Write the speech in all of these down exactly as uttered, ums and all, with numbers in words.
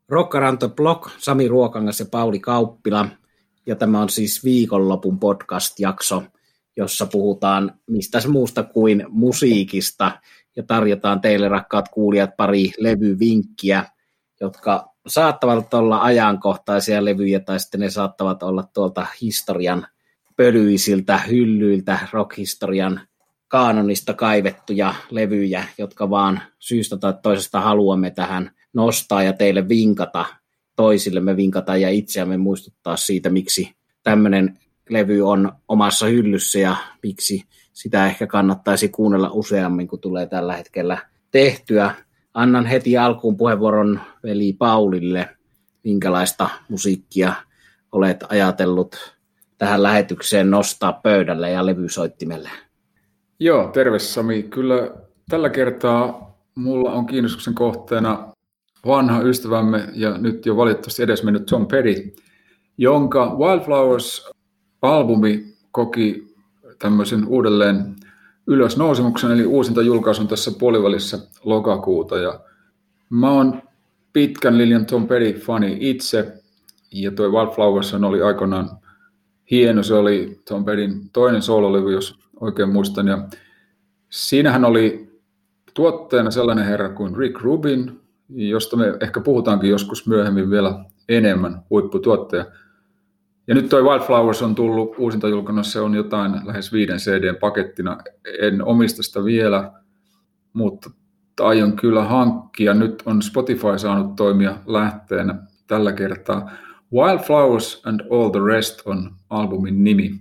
Rock Around the Block, Sami Ruokangas ja Pauli Kauppila. Ja tämä on siis viikonlopun podcast-jakso, jossa puhutaan mistä muusta kuin musiikista. Ja tarjotaan teille, rakkaat kuulijat, pari levyvinkkiä, jotka saattavat olla ajankohtaisia levyjä, tai sitten ne saattavat olla tuolta historian pölyisiltä hyllyiltä, rockhistorian kaanonista kaivettuja levyjä, jotka vaan syystä tai toisesta haluamme tähän nostaa ja teille vinkata, toisillemme vinkata ja itseämme muistuttaa siitä, miksi tämmöinen levy on omassa hyllyssä ja miksi sitä ehkä kannattaisi kuunnella useammin, kun tulee tällä hetkellä tehtyä. Annan heti alkuun puheenvuoron veli Paulille, minkälaista musiikkia olet ajatellut tähän lähetykseen nostaa pöydälle ja levysoittimelle. Joo, terve Sami. Kyllä tällä kertaa mulla on kiinnostuksen kohteena vanha ystävämme ja nyt jo valitettavasti edesmennyt Tom Petty, jonka Wildflowers-albumi koki tämmöisen uudelleen ylösnousemuksen, eli uusinta julkaisun tässä puolivälissä lokakuuta. Ja mä oon pitkän linjan Tom Petty-fani itse, ja toi Wildflowers oli aikoinaan hieno. Se oli Tom Pettyn toinen soololevy, jos oikein muistan. Ja siinähän oli tuotteena sellainen herra kuin Rick Rubin, josta me ehkä puhutaankin joskus myöhemmin vielä enemmän, huipputuottaja. Ja nyt toi Wildflowers on tullut uusintajulkaisu, se on jotain lähes viiden C D:n pakettina. En omista sitä vielä, mutta aion kyllä hankkia. Nyt on Spotify saanut toimia lähteenä tällä kertaa. Wildflowers and All the Rest on albumin nimi.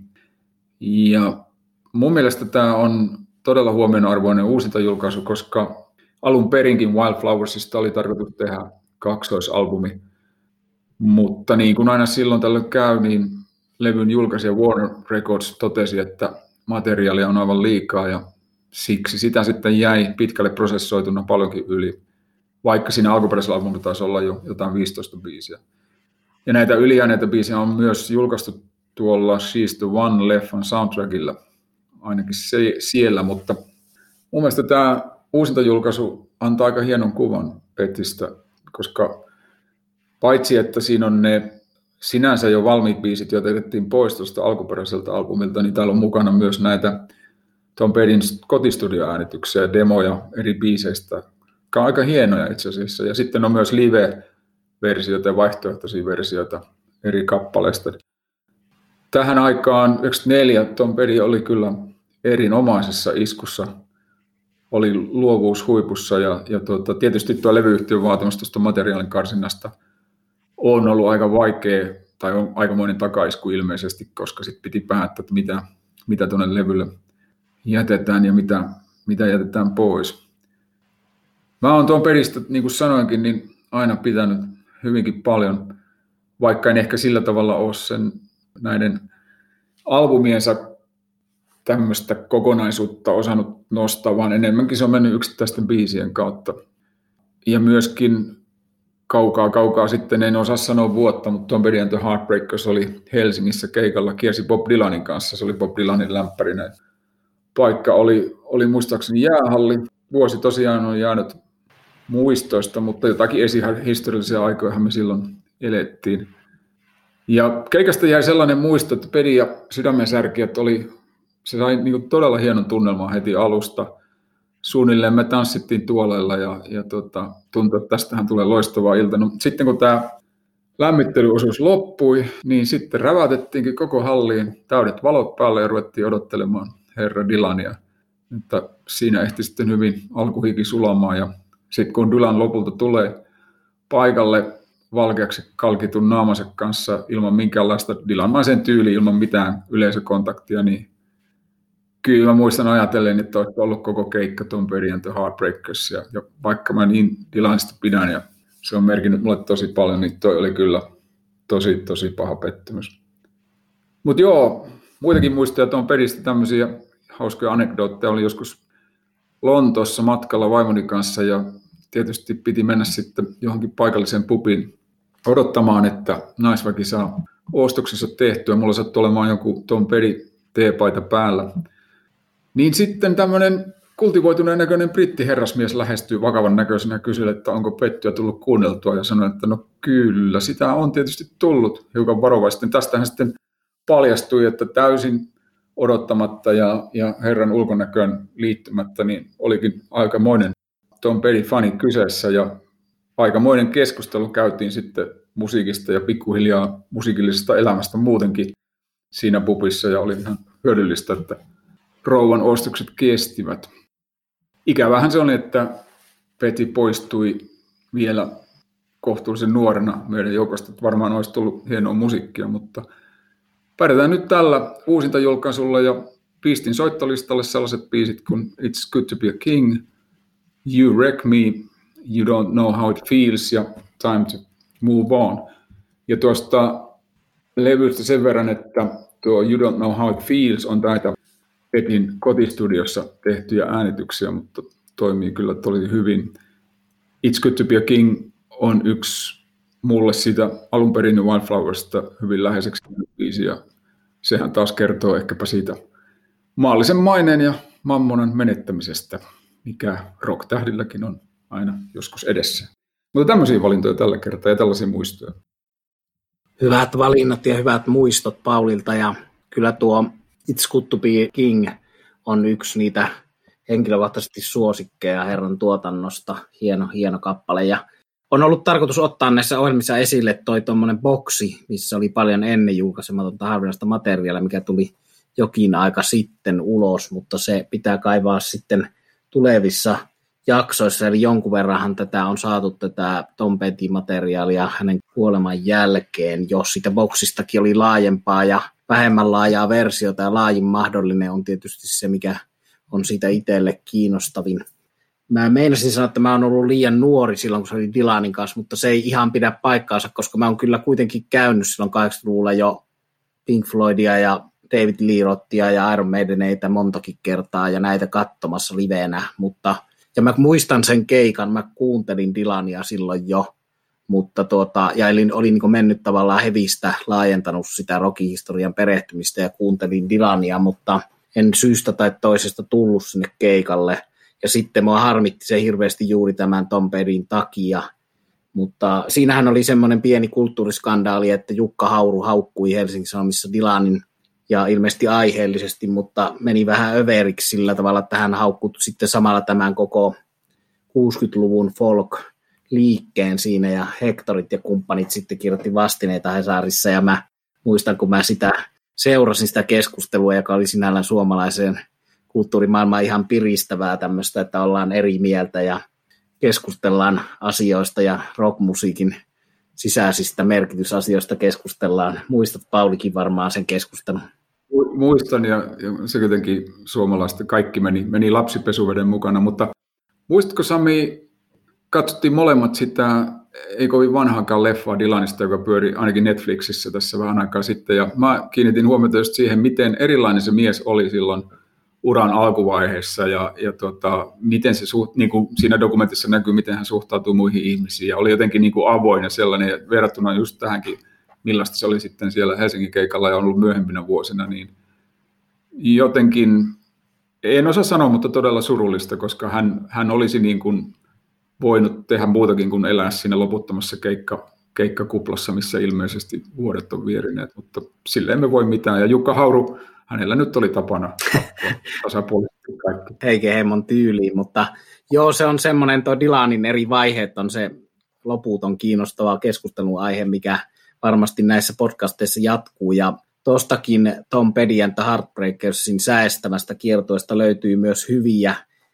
Ja mun mielestä tämä on todella huomionarvoinen uusintajulkaisu, koska alun perinkin Wildflowersista oli tarkoitus tehdä kaksoisalbumi. Mutta niin kuin aina silloin tällöin käy, niin levyn julkaisija Warner Records totesi, että materiaalia on aivan liikaa ja siksi sitä sitten jäi pitkälle prosessoituna paljonkin yli, vaikka siinä alkuperäisellä albumilla taisi olla jo jotain viisitoista biisiä. Ja näitä ylijääneitä biisejä on myös julkaistu tuolla She's the One-leffan soundtrackilla, ainakin se, siellä, mutta mun mielestä tämä uusintajulkaisu antaa aika hienon kuvan Pettystä, koska paitsi että siinä on ne sinänsä jo valmiit biisit, joita jätettiin pois tuosta alkuperäiseltä albumilta, niin täällä on mukana myös näitä Tom Pettyn kotistudioäänityksiä, demoja eri biiseistä, jotka on aika hienoja itse asiassa. Ja sitten on myös live-versioita ja vaihtoehtoisia versioita eri kappaleista. Tähän aikaan yhdeksänkymmentäneljä Tom Petty oli kyllä erinomaisessa iskussa, oli luovuus huipussa ja, ja tuota, tietysti tuo levyyhtiön vaatimus tuosta materiaalin karsinnasta on ollut aika vaikea tai on aikamoinen takaisku ilmeisesti, koska sitten piti päättää, että mitä, mitä tuonne levylle jätetään ja mitä, mitä jätetään pois. Mä oon tuon Pettystä, niin kuin sanoinkin, niin aina pitänyt hyvinkin paljon, vaikka en ehkä sillä tavalla ole sen näiden albumiensa tämmöistä kokonaisuutta osannut nostaa, vaan enemmänkin se on mennyt yksittäisten biisien kautta. Ja myöskin kaukaa kaukaa sitten, en osaa sanoa vuotta, mutta Tom Petty and the Heartbreakers oli Helsingissä keikalla, kiersi Bob Dylanin kanssa, se oli Bob Dylanin lämpärinen. Paikka oli, oli muistaakseni jäähalli. Vuosi tosiaan on jäänyt muistoista, mutta jotakin esihistoriallisia aikojahan me silloin elettiin. Ja keikasta jäi sellainen muisto, että Petty ja Sydämen särkijät oli, se sai niin kuin todella hienon tunnelman heti alusta. Suunnilleen me tanssittiin tuoleilla ja, ja tota, tuntui, että tästähän tulee loistava ilta. No, sitten kun tämä lämmittelyosuus loppui, niin sitten rävätettiinkin koko halliin täydet valot päälle ja ruvettiin odottelemaan herra Dylania. Että siinä ehti sitten hyvin alkuhiki sulamaan ja sitten kun Dylan lopulta tulee paikalle valkeaksi kalkitun naamansa kanssa ilman minkäänlaista Dylanmaisen tyyliä, ilman mitään yleisökontaktia, niin kyllä mä muistan ajatellen, että olisi ollut koko keikka Tom Petty and the Heartbreakers. Ja, ja vaikka mä niin Dylanista pidän ja se on merkinnyt mulle tosi paljon, niin toi oli kyllä tosi, tosi paha pettymys. Mutta joo, muitakin muistoja Tom Pettystä tämmöisiä hauskoja anekdootteja oli joskus Lontoossa matkalla vaimoni kanssa ja tietysti piti mennä sitten johonkin paikalliseen pubiin odottamaan, että naisväki saa ostoksensa tehtyä. Mulla sattui olemaan joku Tom Petty teepaita päällä. Niin sitten tämmöinen kultivoituneen näköinen brittiherrasmies lähestyy vakavan näköisenä ja kysyy, että onko Pettyä tullut kuunneltua, ja sanoi, että no kyllä, sitä on tietysti tullut hiukan varovaisesti. Tästähän sitten paljastui, että täysin odottamatta ja, ja herran ulkonäköön liittymättä, niin olikin aikamoinen Tom Petty-fani kyseessä, ja aikamoinen keskustelu käytiin sitten musiikista ja pikkuhiljaa musiikillisesta elämästä muutenkin siinä pubissa, ja oli ihan hyödyllistä, että rouvan ostokset kestivät. Ikävähän se oli, että Petty poistui vielä kohtuullisen nuorena meidän joukosta, että varmaan olisi tullut hienoa musiikkia, mutta pärjätään nyt tällä uusintajulkaisulla, ja pistin soittolistalle sellaiset biisit kuin It's Good to be a King, You Wreck Me, You Don't Know How It Feels ja Time to Move On. Ja tuosta levystä sen verran, että tuo You Don't Know How It Feels on näitä Pettyn kotistudiossa tehtyjä äänityksiä, mutta toimii kyllä tosi hyvin. It's Good to be a King on yksi mulle siitä alun perin Wildflowersista hyvin läheiseksi biisi, ja sehän taas kertoo ehkäpä siitä maallisen maineen ja mammonan menettämisestä, mikä rock-tähdilläkin on aina joskus edessä. Mutta tämmöisiä valintoja tällä kertaa ja tällaisia muistoja. Hyvät valinnat ja hyvät muistot Paulilta, ja kyllä tuo It's Good to be King on yksi niitä henkilökohtaisesti suosikkeja herran tuotannosta. Hieno, hieno kappale. Ja on ollut tarkoitus ottaa näissä ohjelmissa esille toi tuommoinen boksi, missä oli paljon ennen julkaisematonta harvinaista materiaalia, mikä tuli jokin aika sitten ulos, mutta se pitää kaivaa sitten tulevissa jaksoissa, eli jonkun verranhan tätä on saatu tätä Tom Petty-materiaalia hänen kuoleman jälkeen, jos siitä boksistakin oli laajempaa ja vähemmän laajaa versiota, ja laajin mahdollinen on tietysti se, mikä on siitä itselle kiinnostavin. Mä meinasin sanoa, että mä oon ollut liian nuori silloin, kun se oli Dylanin kanssa, mutta se ei ihan pidä paikkaansa, koska mä oon kyllä kuitenkin käynyt silloin kahdeksankymmentäluvulla jo Pink Floydia ja David Lee Rothia ja Iron Maideneitä montakin kertaa ja näitä katsomassa liveenä, mutta ja mä muistan sen keikan, mä kuuntelin Dylania silloin jo, mutta tuota, ja olin, olin niin mennyt tavallaan hevistä, laajentanut sitä rockihistorian perehtymistä ja kuuntelin Dylania, mutta en syystä tai toisesta tullut sinne keikalle. Ja sitten mua harmitti se hirveästi juuri tämän Tom Pettyn takia, mutta siinähän oli semmoinen pieni kulttuuriskandaali, että Jukka Hauru haukkui Helsingin Sanomissa Dylanin, ja ilmeisesti aiheellisesti, mutta meni vähän överiksi sillä tavalla, että hän haukkui sitten samalla tämän koko kuusikymmentäluvun folk-liikkeen siinä, ja Hectorit ja kumppanit sitten kirjoitti vastineita Hesarissa, ja mä muistan, kun mä sitä seurasin sitä keskustelua, joka oli sinällään suomalaiseen kulttuurimaailmaan ihan piristävää tämmöistä, että ollaan eri mieltä ja keskustellaan asioista ja rockmusiikin sisäisistä merkitysasioista keskustellaan. Muistat Paulikin varmaan sen keskustelun. Muistan, ja, ja se jotenkin suomalaista kaikki meni, meni lapsipesuveden mukana, mutta muistatko Sami, katsottiin molemmat sitä ei kovin vanhaakaan leffaa Dylanista, joka pyöri ainakin Netflixissä tässä vähän aikaa sitten, ja mä kiinnitin huomiota just siihen, miten erilainen se mies oli silloin uran alkuvaiheessa, ja, ja tota, miten se suht, niin kuin siinä dokumentissa näkyy, miten hän suhtautuu muihin ihmisiin, ja oli jotenkin niin kuin avoin ja sellainen, ja verrattuna just tähänkin, millaista se oli sitten siellä Helsingin keikalla ja on ollut myöhempinä vuosina, niin jotenkin, en osaa sanoa, mutta todella surullista, koska hän, hän olisi niin kuin voinut tehdä muutakin kuin elää siinä loputtomassa keikka, keikkakuplassa, missä ilmeisesti vuodet on vierineet, mutta sille emme voi mitään, ja Jukka Hauru, hänellä nyt oli tapana tasapuolisesti kaikki. Heike Heimon tyyliin, mutta joo, se on semmoinen tuo Dylanin eri vaiheet on se loputon kiinnostava keskustelun aihe, mikä varmasti näissä podcasteissa jatkuu, ja tuostakin Tom Petty and the Heartbreakersin säestämästä kiertueesta löytyy myös hyviä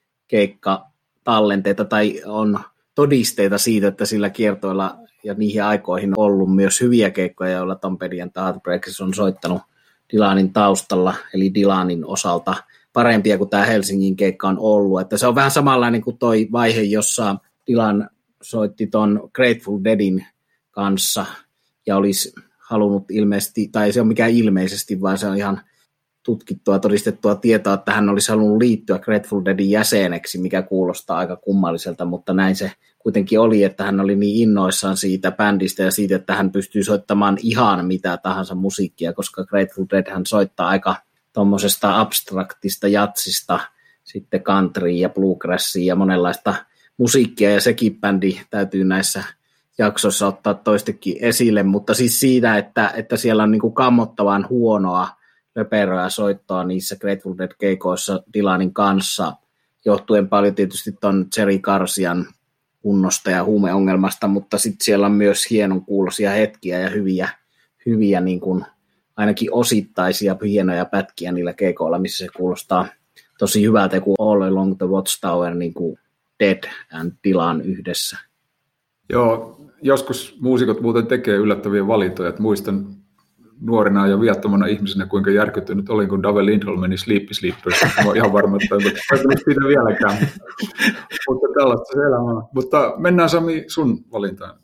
keikkatallenteita, tai on todisteita siitä, että sillä kiertoilla ja niihin aikoihin on ollut myös hyviä keikkoja, joilla Tom Petty and the Heartbreakers on soittanut Dylanin taustalla, eli Dylanin osalta parempia kuin tämä Helsingin keikka on ollut. Että se on vähän samanlainen kuin toi vaihe, jossa Dylan soitti ton Grateful Deadin kanssa ja olisi halunnut ilmeisesti, tai se on mikään ilmeisesti, vaan se on ihan tutkittua, todistettua tietoa, että hän olisi halunnut liittyä Grateful Deadin jäseneksi, mikä kuulostaa aika kummalliselta, mutta näin se kuitenkin oli, että hän oli niin innoissaan siitä bändistä ja siitä, että hän pystyy soittamaan ihan mitä tahansa musiikkia, koska Grateful Dead hän soittaa aika tuommoisesta abstraktista jatsista sitten country ja bluegrassia ja monenlaista musiikkia, ja sekin bändi täytyy näissä jaksoissa ottaa toistekin esille, mutta siis siitä, että, että siellä on niin kuin kammottavan huonoa löperöä soittoa niissä Grateful Dead-keikoissa Dylanin kanssa, johtuen paljon tietysti ton Jerry Garcian kunnosta ja huumeongelmasta, mutta sitten siellä on myös hienon kuuloisia hetkiä ja hyviä, hyviä niin kuin ainakin osittaisia hienoja pätkiä niillä keikoilla, missä se kuulostaa tosi hyvältä, kuin All Along the Watchtower, niin kuin Dead and Dylan yhdessä. Joo, joskus muusikot muuten tekee yllättäviä valintoja. Et muistan nuorena ja viattomana ihmisenä, kuinka järkyttynyt olin, kun Dave Lindholm meni Sleepy Sleepers. Mä oon ihan varma, että en siitä vieläkään. Mutta tällaista se elämä. Mutta mennään Sami sun valintaan.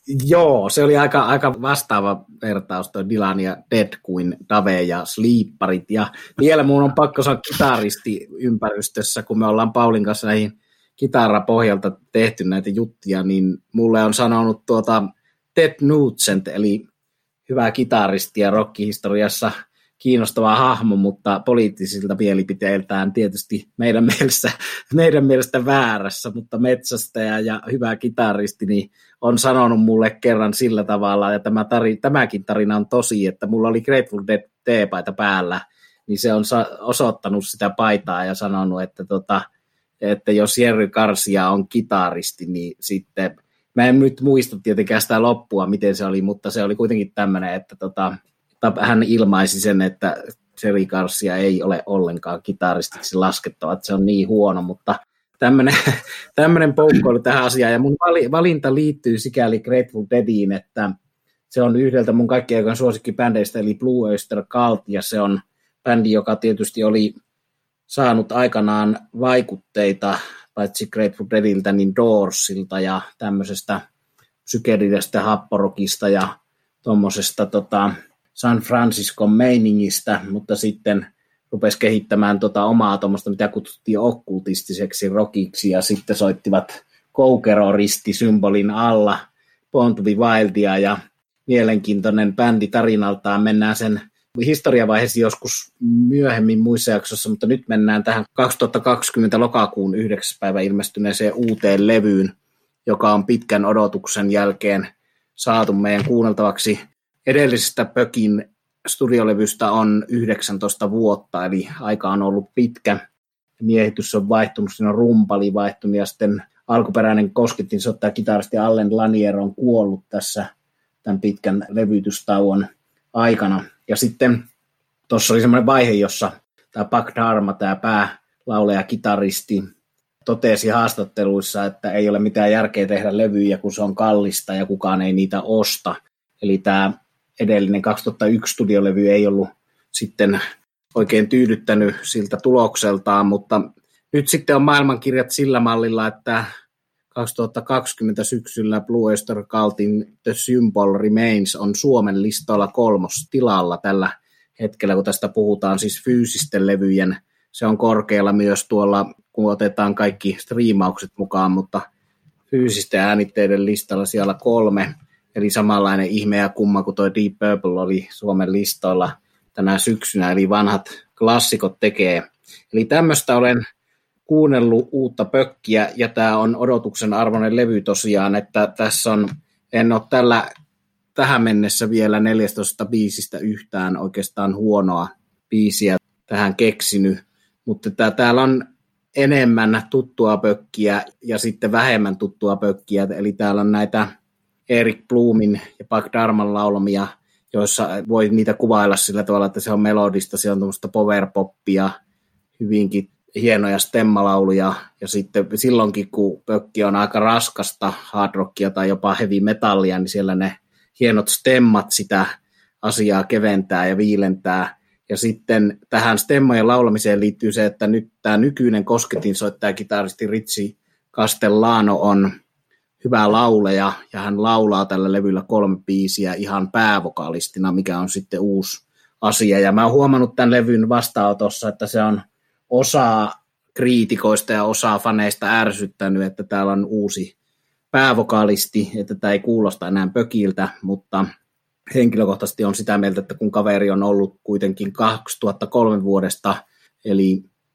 Joo, se oli aika, aika vastaava vertaus toi Dylan ja Dead kuin Dave ja Sleeparit. Ja vielä mun on pakko sanoa kitaristi ympäristössä, kun me ollaan Paulin kanssa näihin kitarapohjalta tehty näitä juttuja, niin mulle on sanonut tuota Ted Nugent, eli hyvä kitaristi ja rockihistoriassa kiinnostava hahmo, mutta poliittisilta mielipiteiltään tietysti meidän mielestä, meidän mielestä väärässä, mutta metsästäjä ja hyvä kitaristi niin on sanonut mulle kerran sillä tavalla, ja tämä tari, tämäkin tarina on tosi, että mulla oli Grateful Dead T-paita päällä, niin se on osoittanut sitä paitaa ja sanonut, että, tota, että jos Jerry Garcia on kitaristi, niin sitten, mä en nyt muista tietenkään sitä loppua, miten se oli, mutta se oli kuitenkin tämmöinen, että tota, hän ilmaisi sen, että Jerry Garcia ei ole ollenkaan kitaristiksi laskettava, että se on niin huono, mutta tämmöinen, tämmöinen poukkoilu tähän asiaan. Ja mun valinta liittyy sikäli Grateful Deadiin, että se on yhdeltä mun kaikkien aikojen suosikkibändeistä, eli Blue Oyster Cult, ja se on bändi, joka tietysti oli saanut aikanaan vaikutteita, paitsi Grateful Deadiltä, niin Doorsilta ja tämmöisestä psykedelisestä happorokista ja tuommoisesta tota, San Franciscon meiningistä, mutta sitten rupesi kehittämään tota omaa tuommoista, mitä kutsuttiin okkultistiseksi rockiksi, ja sitten soittivat koukeroristi-symbolin alla Born to be Wildia, ja mielenkiintoinen bändi tarinaltaan. Mennään sen historiavaiheessa joskus myöhemmin muissa jaksossa, mutta nyt mennään tähän kaksituhattakaksikymmentä lokakuun yhdeksäs päivä ilmestyneeseen uuteen levyyn, joka on pitkän odotuksen jälkeen saatu meidän kuunneltavaksi. Edellisestä Pökin studiolevystä on yhdeksäntoista vuotta, eli aika on ollut pitkä. Miehitys on vaihtunut, siinä on rumpali vaihtunut, ja sitten alkuperäinen kosketinsoittaja kitaristi Allen Lanier on kuollut tässä tämän pitkän levytystauon aikana. Ja sitten tuossa oli semmoinen vaihe, jossa tämä Buck Dharma, tämä päälaulaja kitaristi, totesi haastatteluissa, että ei ole mitään järkeä tehdä levyjä, kun se on kallista ja kukaan ei niitä osta. Eli tämä edellinen kaksituhattayksi studiolevy ei ollut sitten oikein tyydyttänyt siltä tulokseltaan, mutta nyt sitten on maailmankirjat sillä mallilla, että kaksituhattakaksikymmentä syksyllä Blue Oyster Cultin The Symbol Remains on Suomen listoilla kolmostilalla tällä hetkellä, kun tästä puhutaan siis fyysisten levyjen. Se on korkealla myös tuolla, kun otetaan kaikki striimaukset mukaan, mutta fyysisten äänitteiden listalla siellä kolme. Eli samanlainen ihme ja kumma kuin tuo Deep Purple oli Suomen listoilla tänä syksynä, eli vanhat klassikot tekee. Eli tämmöistä olen kuunnellut uutta pökkiä, ja tämä on odotuksen arvoinen levy tosiaan, että tässä on, en ole tällä, tähän mennessä vielä neljätoista biisistä yhtään oikeastaan huonoa biisiä tähän keksinyt, mutta tää, täällä on enemmän tuttua pökkiä ja sitten vähemmän tuttua pökkiä, eli täällä on näitä Erik Blumin ja Buck Dharman laulamia, joissa voi niitä kuvailla sillä tavalla, että se on melodista, se on tuommoista powerpoppia, hyvinkin hienoja stemmalauluja, ja sitten silloinkin, kun pökki on aika raskasta hard rockia tai jopa heavy metallia, niin siellä ne hienot stemmat sitä asiaa keventää ja viilentää. Ja sitten tähän stemmojen laulamiseen liittyy se, että nyt tämä nykyinen kosketinsoittaja kitaristi Richie Castellano on hyvä lauleja, ja hän laulaa tällä levyllä kolme biisiä ihan päävokalistina, mikä on sitten uusi asia. Ja mä oon huomannut tämän levyn vastaanotossa, että se on osa kriitikoista ja osa faneista ärsyttänyt, että täällä on uusi päävokalisti, että tämä ei kuulosta enää pökiltä, mutta henkilökohtaisesti on sitä mieltä, että kun kaveri on ollut kuitenkin kaksituhattakolme vuodesta, eli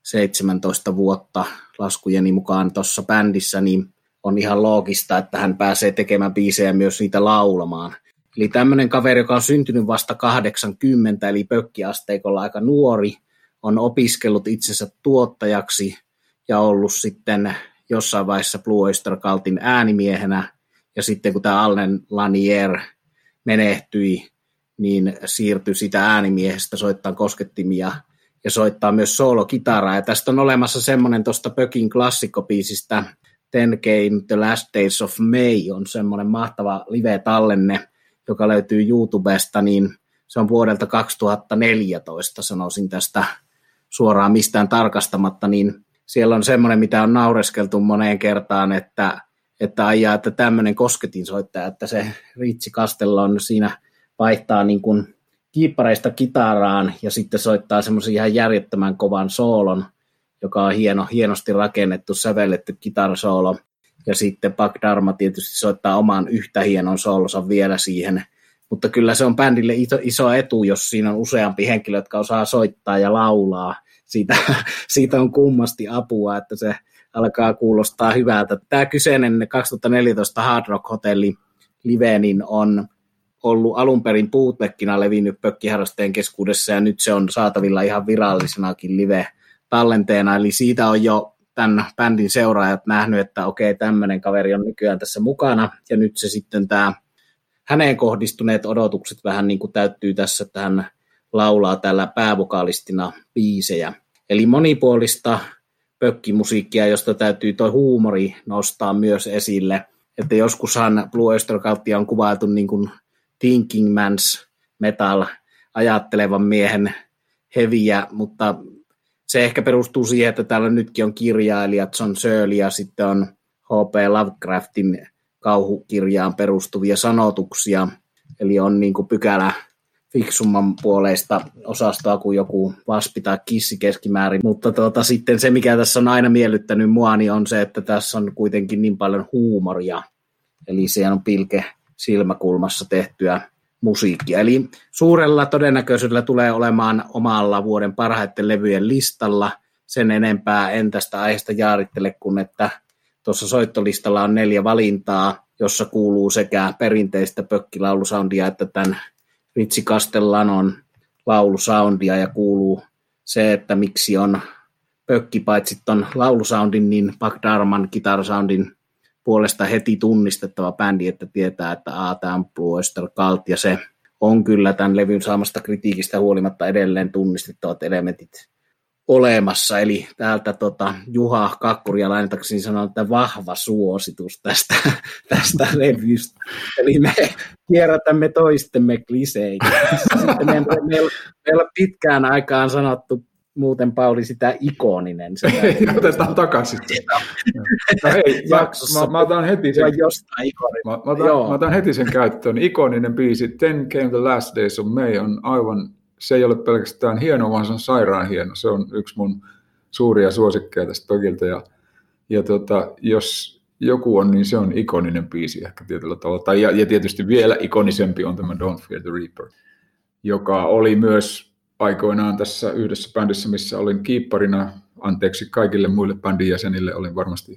seitsemäntoista vuotta laskujeni mukaan tuossa bändissä, niin on ihan loogista, että hän pääsee tekemään biisejä myös niitä laulamaan. Eli tämmöinen kaveri, joka on syntynyt vasta kahdeksankymmentä, eli pökkiasteikolla aika nuori, on opiskellut itsensä tuottajaksi ja ollut sitten jossain vaiheessa Blue Oyster Cultin äänimiehenä. Ja sitten kun tämä Allen Lanier menehtyi, niin siirtyi sitä äänimiehestä soittaa koskettimia ja soittaa myös soolokitaraa. Ja tästä on olemassa semmoinen tuosta Pökin klassikkobiisistä Ten Came the Last Days of May on semmoinen mahtava live-tallenne, joka löytyy YouTubesta, niin se on vuodelta kaksituhattaneljätoista, sanoisin tästä suoraan mistään tarkastamatta, niin siellä on semmoinen, mitä on naureskeltu moneen kertaan, että, että ajaa, että tämmöinen kosketinsoittaja, että se Ritsi Castellon siinä vaihtaa niin kuin kiippareista kitaraan ja sitten soittaa semmoisen ihan järjettömän kovan soolon, joka on hieno, hienosti rakennettu, sävelletty kitarasoolo. Ja sitten Buck Dharma tietysti soittaa oman yhtä hienon soolonsa vielä siihen. Mutta kyllä se on bändille iso, iso etu, jos siinä on useampi henkilö, jotka osaa soittaa ja laulaa. Siitä, siitä on kummasti apua, että se alkaa kuulostaa hyvältä. Tämä kyseinen kaksituhattaneljätoista Hard Rock Hotelli live niin on ollut alun perin bootlegina levinnyt pökkiharrastajien keskuudessa, ja nyt se on saatavilla ihan virallisenakin live-tallenteena. Eli siitä on jo tämän bändin seuraajat nähnyt, että okei, tämmöinen kaveri on nykyään tässä mukana, ja nyt se sitten tämä häneen kohdistuneet odotukset vähän niin kuin täyttyy tässä, että hän laulaa täällä päävokalistina biisejä. Eli monipuolista pökkimusiikkia, josta täytyy tuo huumori nostaa myös esille, että joskushan Blue Oyster Cultia on kuvailtu niin kuin thinking man's metal, ajattelevan miehen heviä, mutta se ehkä perustuu siihen, että täällä nytkin on kirjailijat, John Searle ja sitten on H P Lovecraftin kauhukirjaan perustuvia sanotuksia, eli on niin kuin pykälä fiksumman puoleista osastoa kuin joku vaspi tai kissi keskimäärin, mutta tuota, sitten se, mikä tässä on aina miellyttänyt mua, niin on se, että tässä on kuitenkin niin paljon huumoria, eli siellä on pilke silmäkulmassa tehtyä musiikkia. Eli suurella todennäköisyydellä tulee olemaan omalla vuoden parhaiten levyjen listalla. Sen enempää en tästä aiheesta jaarittele, kun että tuossa soittolistalla on neljä valintaa, jossa kuuluu sekä perinteistä pökkilaulusoundia että tämän Ritsi Castellanon laulusoundia, ja kuuluu se, että miksi on pökki paitsi ton laulusoundin, niin Buck Dharman kitarasoundin puolesta heti tunnistettava bändi, että tietää, että a, tämä on Blue Oyster Cult, ja se on kyllä tämän levyn saamasta kritiikistä huolimatta edelleen tunnistettavat elementit olemassa. Eli täältä tota, Juha Kakkuria lainatakseni sanoo, että vahva suositus tästä, tästä levystä. Eli me kierrätämme toistemme kliseitä. Sitten meillä, meillä, meillä on pitkään aikaan sanottu muuten, Pauli, sitä ikoninen. Se otetaan takaisin. No hei, mä, mä, mä, otan heti sen, mä, mä, otan, mä otan heti sen käyttöön. Ikoninen biisi Ten Came the Last Days of May on aivan, se ei ole pelkästään hieno, vaan se on sairaan hieno. Se on yksi mun suuria suosikkeja tästä pökiltä. Ja, ja tota, jos joku on, niin se on ikoninen biisi ehkä tietyllä tavalla. Tai, ja, ja tietysti vielä ikonisempi on tämä Don't Fear the Reaper, joka oli myös aikoinaan tässä yhdessä bändissä, missä olin kiipparina, anteeksi kaikille muille bändin jäsenille, olin varmasti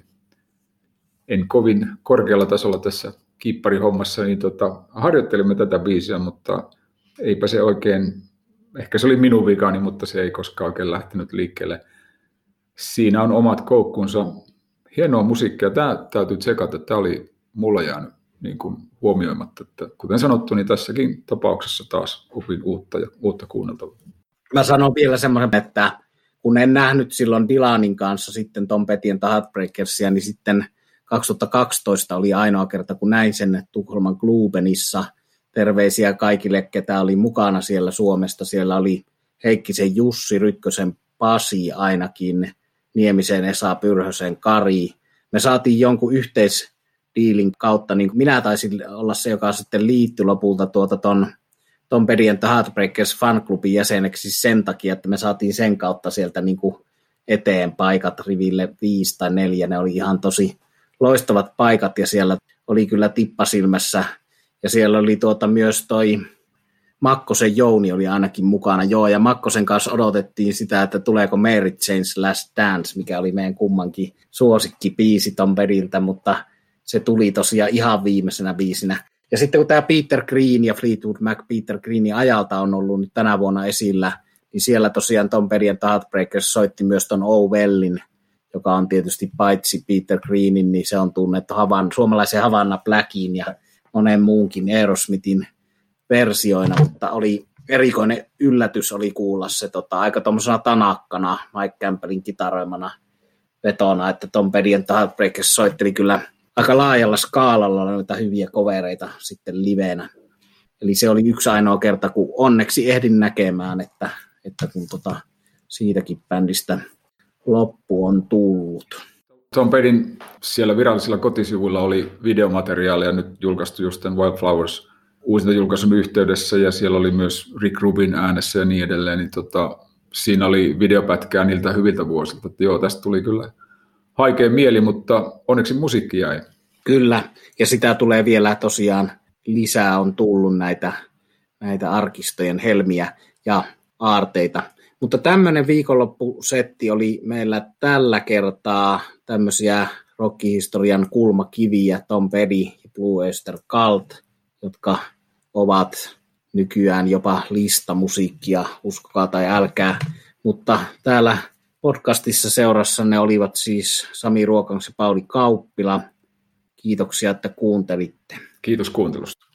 en kovin korkealla tasolla tässä kiipparihommassa, niin tota, harjoittelimme tätä biisiä, mutta eipä se oikein, ehkä se oli minun vikani, mutta se ei koskaan oikein lähtenyt liikkeelle. Siinä on omat koukkunsa, hienoa musiikkia, tämä täytyy tsekata, että tämä oli mulla jäänyt niin kuin huomioimatta, että kuten sanottu, niin tässäkin tapauksessa taas opin uutta ja uutta kuunneltavaa. Mä sanon vielä semmoisen, että kun en nähnyt silloin Dylanin kanssa sitten Tom Petty and the Heartbreakersia, niin sitten kaksituhattakaksitoista oli ainoa kerta, kun näin sen Tukholman Globenissa. Terveisiä kaikille, ketä oli mukana siellä Suomesta. Siellä oli Heikkisen Jussi, Rykkösen Pasi ainakin, Niemisen Esa, Pyrhösen Kari. Me saatiin jonkun yhteisdiilin kautta, niin minä taisin olla se, joka sitten liittyi lopulta tuota ton Tom Petty and the Heartbreakers fanklubin jäseneksi sen takia, että me saatiin sen kautta sieltä niin kuin eteen paikat riville viisi tai neljä. Ne oli ihan tosi loistavat paikat ja siellä oli kyllä tippasilmässä. Ja siellä oli tuota myös toi Makkosen Jouni oli ainakin mukana. Joo, ja Makkosen kanssa odotettiin sitä, että tuleeko Mary Jane's Last Dance, mikä oli meidän kummankin suosikkibiisi Tom Pettyltä, mutta se tuli tosiaan ihan viimeisenä biisinä. Ja sitten kun tämä Peter Green ja Fleetwood Mac Peter Greenin ajalta on ollut nyt tänä vuonna esillä, niin siellä tosiaan Tom Petty and the Heartbreakers soitti myös ton Oh Wellin, joka on tietysti paitsi Peter Greenin, niin se on tunnettu Havan, suomalaisen Havana Blackin ja monen muunkin Aerosmithin versioina, mutta oli erikoinen yllätys oli kuulla se tota, aika tuommoisena tanakkana Mike Campbellin kitaroimana vetona, että Tom Petty and the Heartbreakers soitteli kyllä aika laajalla skaalalla noita hyviä kovereita sitten livenä. Eli se oli yksi ainoa kerta, kun onneksi ehdin näkemään, että, että kun tota, siitäkin bändistä loppu on tullut. Tom Pettyn siellä virallisilla kotisivuilla oli videomateriaalia nyt julkaistu just tämän Wildflowers uusintajulkaisun yhteydessä, ja siellä oli myös Rick Rubin äänessä ja niin edelleen, niin tota, siinä oli videopätkää niiltä hyviltä vuosilta, että joo, tästä tuli kyllä haikea mieli, mutta onneksi musiikki jäi. Kyllä, ja sitä tulee vielä tosiaan lisää, on tullut näitä, näitä arkistojen helmiä ja aarteita. Mutta tämmöinen viikonloppusetti oli meillä tällä kertaa tämmöisiä rockihistorian kulmakiviä, Tom Petty ja Blue Oyster Cult, jotka ovat nykyään jopa listamusiikkia, uskokaa tai älkää. Mutta täällä podcastissa seurassa ne olivat siis Sami Ruokangas ja Pauli Kauppila. Kiitoksia, että kuuntelitte. Kiitos kuuntelusta.